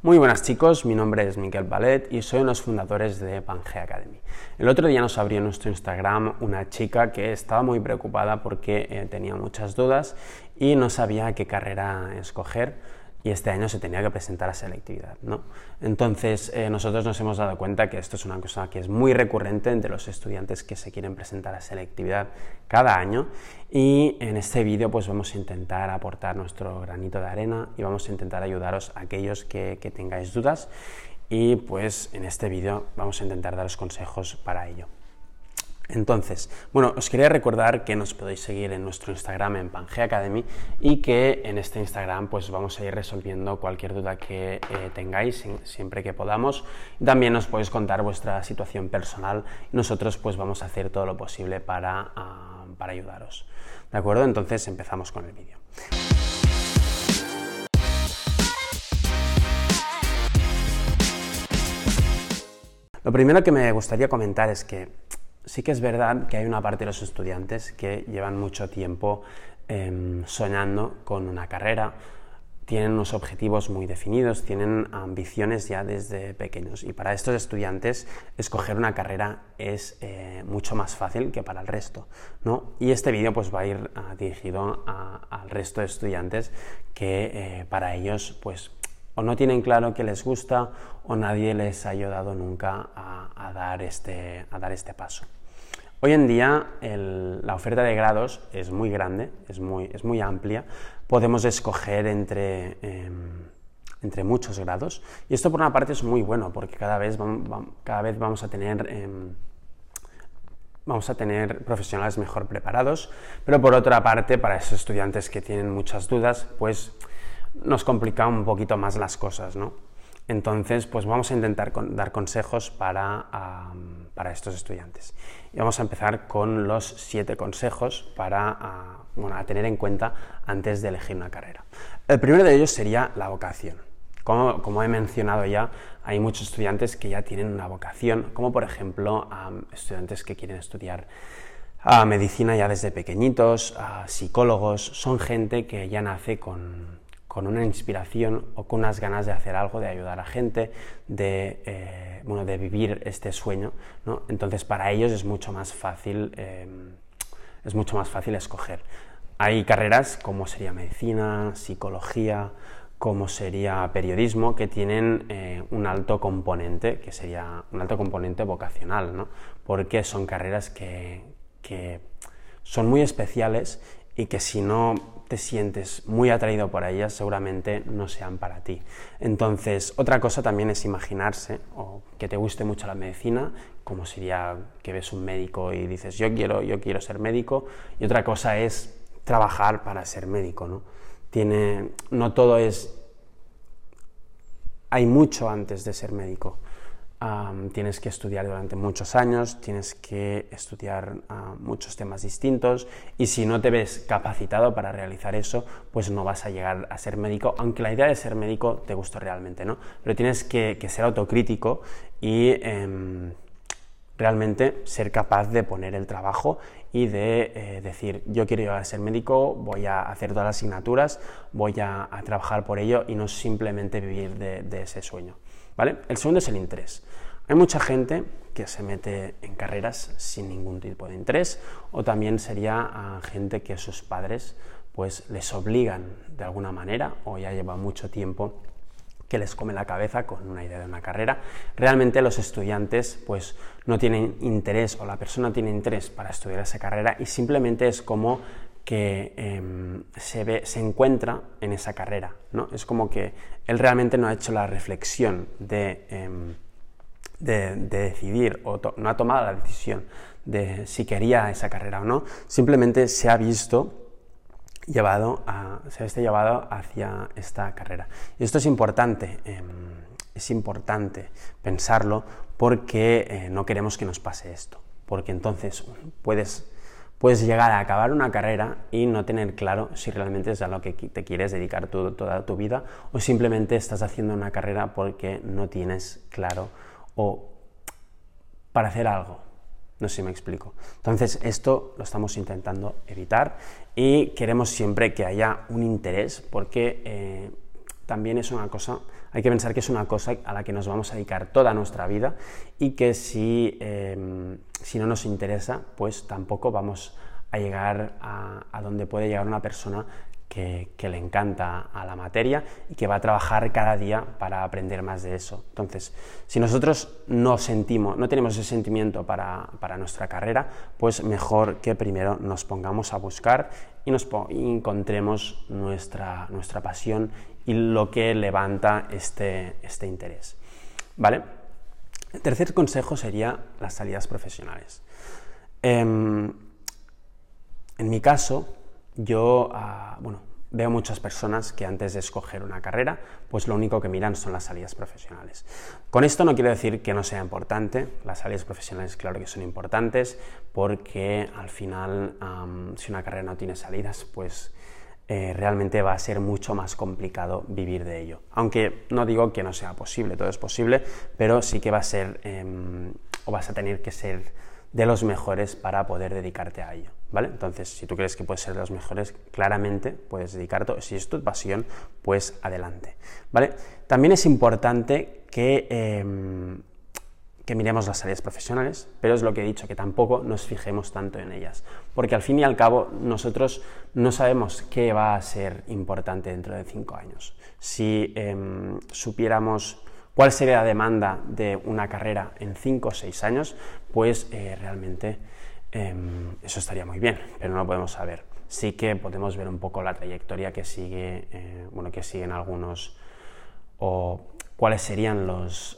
Muy buenas chicos, mi nombre es Miquel Palet y soy uno de los fundadores de Pangea Academy. El otro día nos abrió en nuestro Instagram una chica que estaba muy preocupada porque tenía muchas dudas y no sabía qué carrera escoger y este año se tenía que presentar a selectividad, ¿no? Entonces nosotros nos hemos dado cuenta que esto es una cosa que es muy recurrente entre los estudiantes que se quieren presentar a selectividad cada año y en este vídeo pues vamos a intentar aportar nuestro granito de arena y vamos a intentar ayudaros a aquellos que tengáis dudas y pues en este vídeo vamos a intentar daros consejos para ello. Entonces, bueno, os quería recordar que nos podéis seguir en nuestro Instagram en Pangea Academy y que en este Instagram pues vamos a ir resolviendo cualquier duda que tengáis siempre que podamos. También nos podéis contar vuestra situación personal y nosotros pues vamos a hacer todo lo posible para ayudaros. ¿De acuerdo? Entonces empezamos con el vídeo. Lo primero que me gustaría comentar es que sí que es verdad que hay una parte de los estudiantes que llevan mucho tiempo soñando con una carrera, tienen unos objetivos muy definidos, tienen ambiciones ya desde pequeños y para estos estudiantes escoger una carrera es mucho más fácil que para el resto, ¿no? Y este vídeo pues va a ir dirigido al resto de estudiantes que para ellos pues o no tienen claro qué les gusta o nadie les ha ayudado nunca a dar este paso. Hoy en día la oferta de grados es muy grande, es muy amplia, podemos escoger entre muchos grados y esto por una parte es muy bueno porque cada vez vamos a tener profesionales mejor preparados, pero por otra parte para esos estudiantes que tienen muchas dudas pues nos complica un poquito más las cosas, ¿no? Entonces, pues vamos a intentar dar consejos para estos estudiantes. Y vamos a empezar con los 7 consejos a tener en cuenta antes de elegir una carrera. El primero de ellos sería la vocación. Como he mencionado ya, hay muchos estudiantes que ya tienen una vocación, como por ejemplo estudiantes que quieren estudiar medicina ya desde pequeñitos, psicólogos, son gente que ya nace con una inspiración o con unas ganas de hacer algo, de ayudar a gente, de vivir este sueño, ¿no? Entonces para ellos es mucho más fácil escoger. Hay carreras como sería medicina, psicología, como sería periodismo, que tienen un alto componente, que sería un alto componente vocacional, ¿no? Porque son carreras que son muy especiales y que si no te sientes muy atraído por ellas, seguramente no sean para ti. Entonces, otra cosa también es imaginarse, o que te guste mucho la medicina, como sería que ves un médico y dices, yo quiero ser médico, y otra cosa es trabajar para ser médico, ¿no? No todo es... Hay mucho antes de ser médico. Tienes que estudiar durante muchos años, tienes que estudiar muchos temas distintos y si no te ves capacitado para realizar eso, pues no vas a llegar a ser médico, aunque la idea de ser médico te guste realmente, ¿no? Pero tienes que ser autocrítico y realmente ser capaz de poner el trabajo y de decir, yo quiero llegar a ser médico, voy a hacer todas las asignaturas, voy a trabajar por ello y no simplemente vivir de ese sueño, ¿vale? El segundo es el interés. Hay mucha gente que se mete en carreras sin ningún tipo de interés o también sería gente que sus padres pues les obligan de alguna manera o ya lleva mucho tiempo que les come la cabeza con una idea de una carrera. Realmente los estudiantes pues no tienen interés o la persona no tiene interés para estudiar esa carrera y simplemente es como que se encuentra en esa carrera, ¿no? Es como que él realmente no ha hecho la reflexión de decidir o no ha tomado la decisión de si quería esa carrera o no, simplemente se ha visto llevado hacia esta carrera. Y esto es importante pensarlo porque no queremos que nos pase esto, porque entonces puedes llegar a acabar una carrera y no tener claro si realmente es a lo que te quieres dedicar toda tu vida o simplemente estás haciendo una carrera porque no tienes claro o para hacer algo. No sé si me explico. Entonces esto lo estamos intentando evitar y queremos siempre que haya un interés porque también es una cosa, hay que pensar que es una cosa a la que nos vamos a dedicar toda nuestra vida y que si no nos interesa, pues tampoco vamos a llegar a donde puede llegar una persona que le encanta a la materia y que va a trabajar cada día para aprender más de eso. Entonces, si nosotros no tenemos ese sentimiento para nuestra carrera, pues mejor que primero nos pongamos a buscar y encontremos nuestra pasión y lo que levanta este interés. ¿Vale? El tercer consejo sería las salidas profesionales. En mi caso, yo veo muchas personas que antes de escoger una carrera, pues lo único que miran son las salidas profesionales. Con esto no quiero decir que no sea importante, las salidas profesionales claro que son importantes, porque al final, si una carrera no tiene salidas, pues realmente va a ser mucho más complicado vivir de ello. Aunque no digo que no sea posible, todo es posible, pero sí que va a ser, o vas a tener que ser de los mejores para poder dedicarte a ello, ¿vale? Entonces, si tú crees que puedes ser de los mejores, claramente puedes dedicarte, si es tu pasión, pues adelante, ¿vale? También es importante que miremos las salidas profesionales, pero es lo que he dicho, que tampoco nos fijemos tanto en ellas, porque al fin y al cabo nosotros no sabemos qué va a ser importante dentro de 5 años. Si supiéramos cuál sería la demanda de una carrera en 5 o 6 años, pues realmente eso estaría muy bien, pero no lo podemos saber. Sí que podemos ver un poco la trayectoria que siguen algunos, o cuáles serían los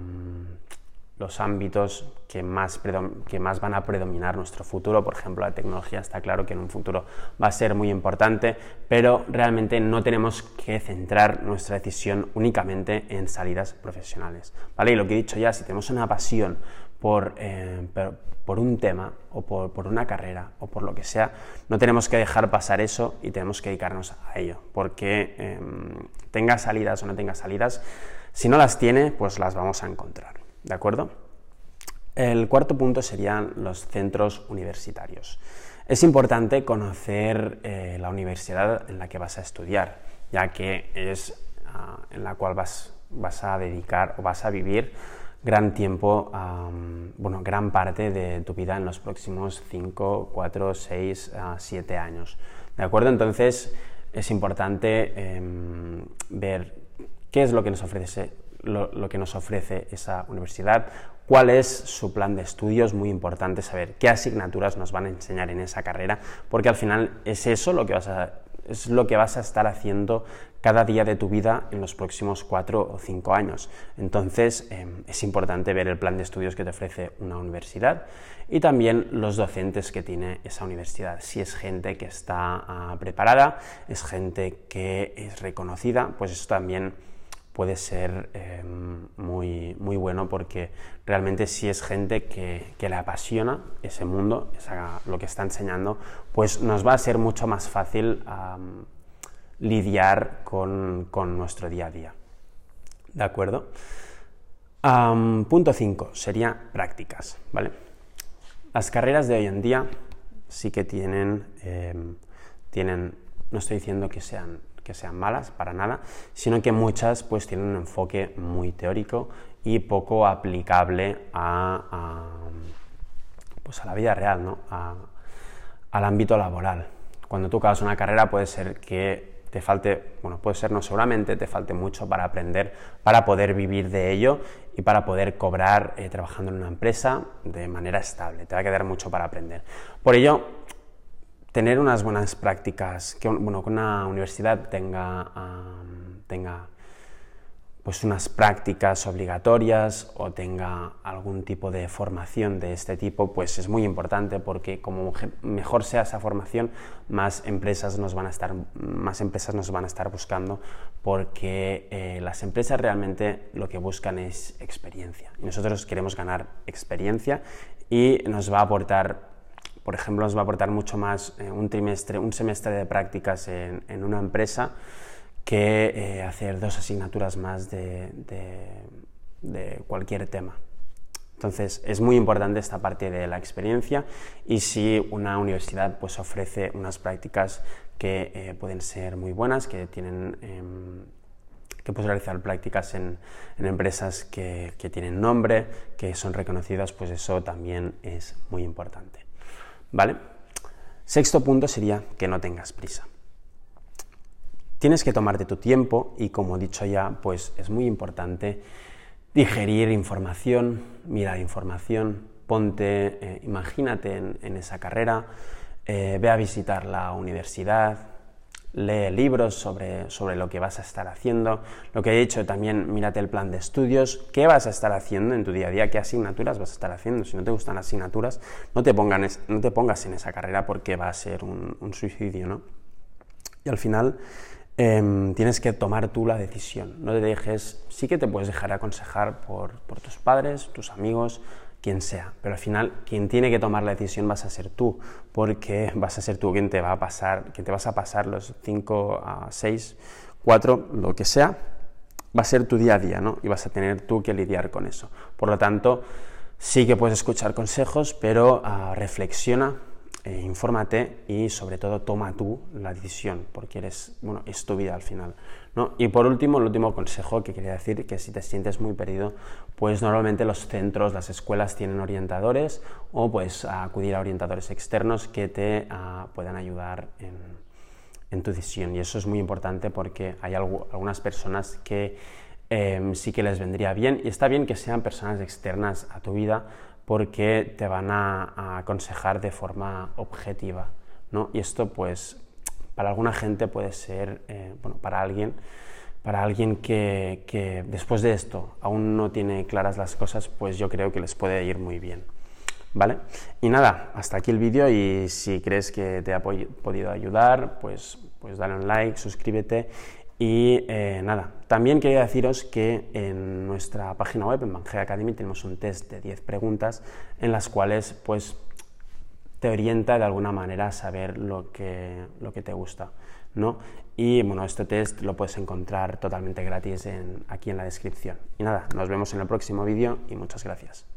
ámbitos que más van a predominar nuestro futuro. Por ejemplo, la tecnología está claro que en un futuro va a ser muy importante, pero realmente no tenemos que centrar nuestra decisión únicamente en salidas profesionales, ¿vale? Y lo que he dicho ya, si tenemos una pasión por un tema o por una carrera o por lo que sea, no tenemos que dejar pasar eso y tenemos que dedicarnos a ello, porque tenga salidas o no tenga salidas, si no las tiene, pues las vamos a encontrar. ¿De acuerdo? El cuarto punto serían los centros universitarios. Es importante conocer la universidad en la que vas a estudiar, ya que es en la cual vas a dedicar o vas a vivir gran tiempo, gran parte de tu vida en los próximos 5, 4, 6, 7 años. ¿De acuerdo? Entonces es importante ver qué es lo que nos ofrece esa universidad, cuál es su plan de estudios. Muy importante saber qué asignaturas nos van a enseñar en esa carrera, porque al final es eso lo que vas a estar haciendo cada día de tu vida en los próximos 4 o 5 años. Entonces es importante ver el plan de estudios que te ofrece una universidad y también los docentes que tiene esa universidad. Si es gente que está preparada, es gente que es reconocida, pues eso también puede ser muy bueno, porque realmente si es gente que le apasiona ese mundo, lo que está enseñando, pues nos va a ser mucho más fácil lidiar con nuestro día a día. ¿De acuerdo? Punto 5 sería prácticas, ¿vale? Las carreras de hoy en día sí que tienen, no estoy diciendo que sean malas, para nada, sino que muchas pues tienen un enfoque muy teórico y poco aplicable a la vida real, ¿no? Al ámbito laboral. Cuando tú acabas una carrera puede ser que te falte, seguramente te falte mucho para aprender, para poder vivir de ello y para poder cobrar trabajando en una empresa de manera estable. Te va a quedar mucho para aprender. Por ello, tener unas buenas prácticas, que una universidad tenga pues unas prácticas obligatorias o tenga algún tipo de formación de este tipo, pues es muy importante, porque como mejor sea esa formación, más empresas nos van a estar buscando, porque las empresas realmente lo que buscan es experiencia y nosotros queremos ganar experiencia, y nos va a aportar, por ejemplo, nos va a aportar mucho más un semestre de prácticas en una empresa que hacer 2 asignaturas más de cualquier tema. Entonces es muy importante esta parte de la experiencia, y si una universidad pues ofrece unas prácticas que pueden ser muy buenas, que tienen que puedes realizar prácticas en empresas que tienen nombre, que son reconocidas, pues eso también es muy importante, ¿vale? Sexto punto sería que no tengas prisa. Tienes que tomarte tu tiempo y, como he dicho ya, pues es muy importante digerir información, mirar información, ponte, imagínate en esa carrera, ve a visitar la universidad, lee libros sobre lo que vas a estar haciendo. Lo que he dicho también, mírate el plan de estudios, qué vas a estar haciendo en tu día a día, qué asignaturas vas a estar haciendo. Si no te gustan las asignaturas, no te pongas en esa carrera porque va a ser un suicidio, ¿no? Y al final tienes que tomar tú la decisión, no te dejes, sí que te puedes dejar aconsejar por tus padres, tus amigos, quien sea, pero al final quien tiene que tomar la decisión vas a ser tú, porque vas a ser tú quien te vas a pasar los 5 a 6, 4, lo que sea, va a ser tu día a día, ¿no? Y vas a tener tú que lidiar con eso. Por lo tanto, sí que puedes escuchar consejos, pero reflexiona, infórmate y sobre todo toma tú la decisión, porque es tu vida al final, ¿no? Y por último, el último consejo que quería decir, que si te sientes muy perdido, pues normalmente los centros, las escuelas tienen orientadores o puedes acudir a orientadores externos que te puedan ayudar en tu decisión, y eso es muy importante porque hay algunas personas que sí que les vendría bien, y está bien que sean personas externas a tu vida porque te van a aconsejar de forma objetiva, ¿no? Y esto, pues, para alguna gente puede ser, para alguien que después de esto aún no tiene claras las cosas, pues yo creo que les puede ir muy bien, ¿vale? Y nada, hasta aquí el vídeo, y si crees que te ha podido ayudar, pues dale un like, suscríbete. Y nada, también quería deciros que en nuestra página web, en Pangea Academy, tenemos un test de 10 preguntas en las cuales pues te orienta de alguna manera a saber lo que te gusta, ¿no? Y bueno, este test lo puedes encontrar totalmente gratis aquí en la descripción. Y nada, nos vemos en el próximo vídeo y muchas gracias.